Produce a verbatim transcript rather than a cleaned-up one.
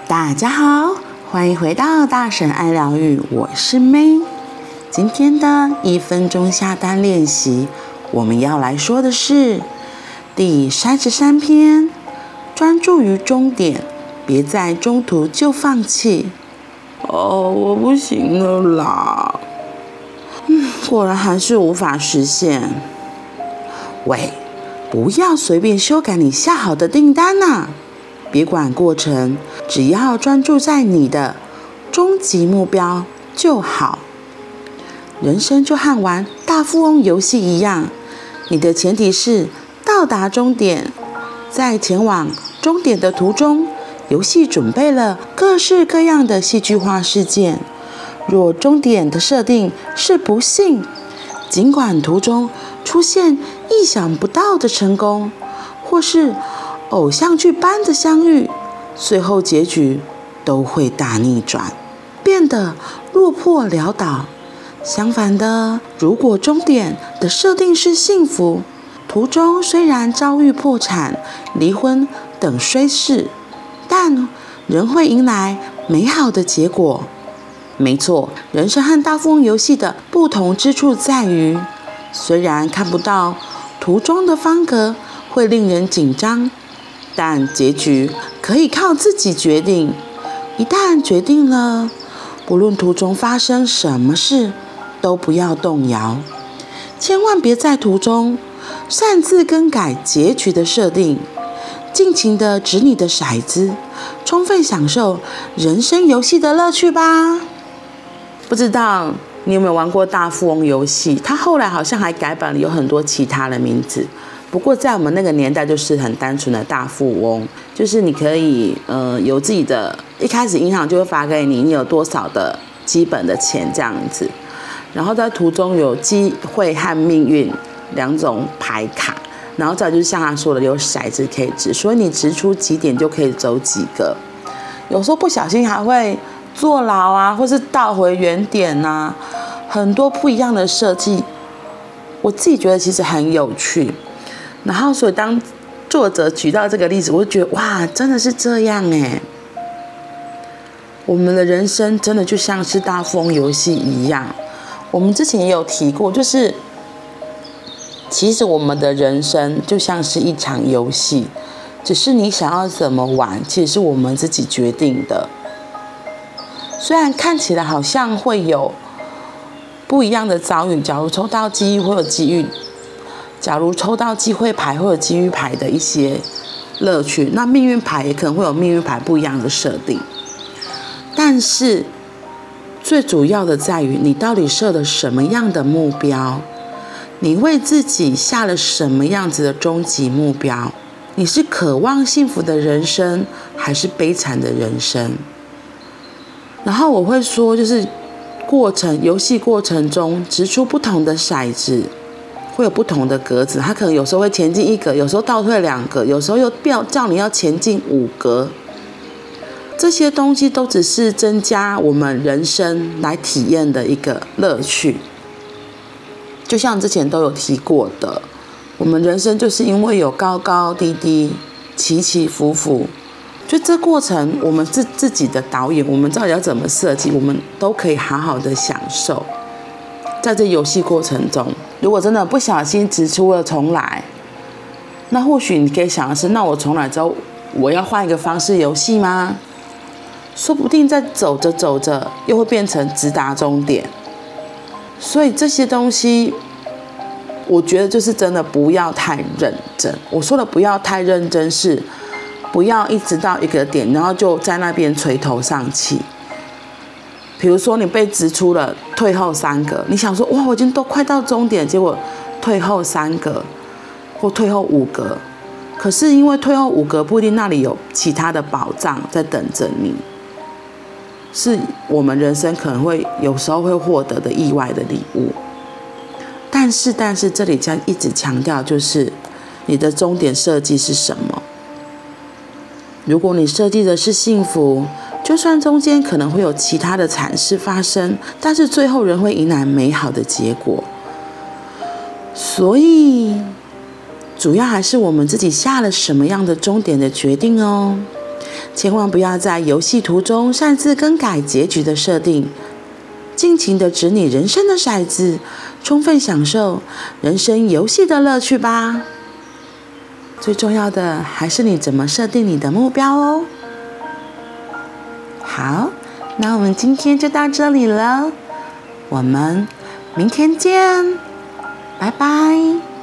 大家好，欢迎回到大神爱疗愈，我是 May。今天的一分钟下单练习，我们要来说的是第三十三篇，专注于终点，别在中途就放弃。哦，我不行了啦。嗯，果然还是无法实现。喂，不要随便修改你下好的订单啊！别管过程，只要专注在你的终极目标就好。人生就和玩大富翁游戏一样，你的前提是到达终点。在前往终点的途中，游戏准备了各式各样的戏剧化事件。若终点的设定是不幸，尽管途中出现意想不到的成功，或是偶像剧般的相遇，最后结局都会大逆转，变得落魄潦倒。相反的，如果终点的设定是幸福，途中虽然遭遇破产、离婚等衰事，但仍会迎来美好的结果。没错，人生和大富翁游戏的不同之处在于，虽然看不到途中的方格会令人紧张，但结局可以靠自己决定。一旦决定了，不论途中发生什么事，都不要动摇。千万别在途中擅自更改结局的设定，尽情地掷你的骰子，充分享受人生游戏的乐趣吧。不知道你有没有玩过大富翁游戏？它后来好像还改版了，有很多其他的名字。不过在我们那个年代，就是很单纯的大富翁，就是你可以呃有自己的，一开始银行就会发给你，你有多少的基本的钱这样子。然后在途中有机会和命运两种牌卡，然后再就是像他说的，有骰子可以掷，所以你掷出几点就可以走几个。有时候不小心还会坐牢啊，或是倒回原点啊，很多不一样的设计，我自己觉得其实很有趣。然后所以当作者举到这个例子，我就觉得哇，真的是这样耶。我们的人生真的就像是大富翁游戏一样。我们之前也有提过，就是其实我们的人生就像是一场游戏，只是你想要怎么玩，其实是我们自己决定的。虽然看起来好像会有不一样的遭遇，假如抽到机遇会有机遇，假如抽到机会牌会有机遇牌的一些乐趣，那命运牌也可能会有命运牌不一样的设定。但是最主要的在于你到底设了什么样的目标，你为自己下了什么样子的终极目标，你是渴望幸福的人生还是悲惨的人生。然后我会说，就是过程游戏过程中掷出不同的骰子，会有不同的格子，它可能有时候会前进一格，有时候倒退两格，有时候又叫你要前进五格。这些东西都只是增加我们人生来体验的一个乐趣。就像之前都有提过的，我们人生就是因为有高高低低、起起伏伏，就这过程我们是自己的导演，我们到底要怎么设计，我们都可以好好的享受。在这游戏过程中，如果真的不小心掷出了重来，那或许你可以想的是，那我重来之后，我要换一个方式游戏吗？说不定在走着走着，又会变成直达终点。所以这些东西，我觉得就是真的不要太认真。我说的不要太认真是，不要一直到一个点，然后就在那边垂头丧气。比如说你被掷出了退后三个，你想说哇，我已经都快到终点，结果退后三个或退后五个，可是因为退后五个不一定那里有其他的宝藏在等着你，是我们人生可能会有时候会获得的意外的礼物。但是但是这里将一直强调，就是你的终点设计是什么。如果你设计的是幸福，就算中间可能会有其他的惨事发生，但是最后仍会迎来美好的结果。所以主要还是我们自己下了什么样的终点的决定哦。 千万不要在游戏途中擅自更改结局的设定，尽情地掷你人生的骰子，充分享受人生游戏的乐趣吧。最重要的还是你怎么设定你的目标哦。好，那我们今天就到这里了，我们明天见，拜拜。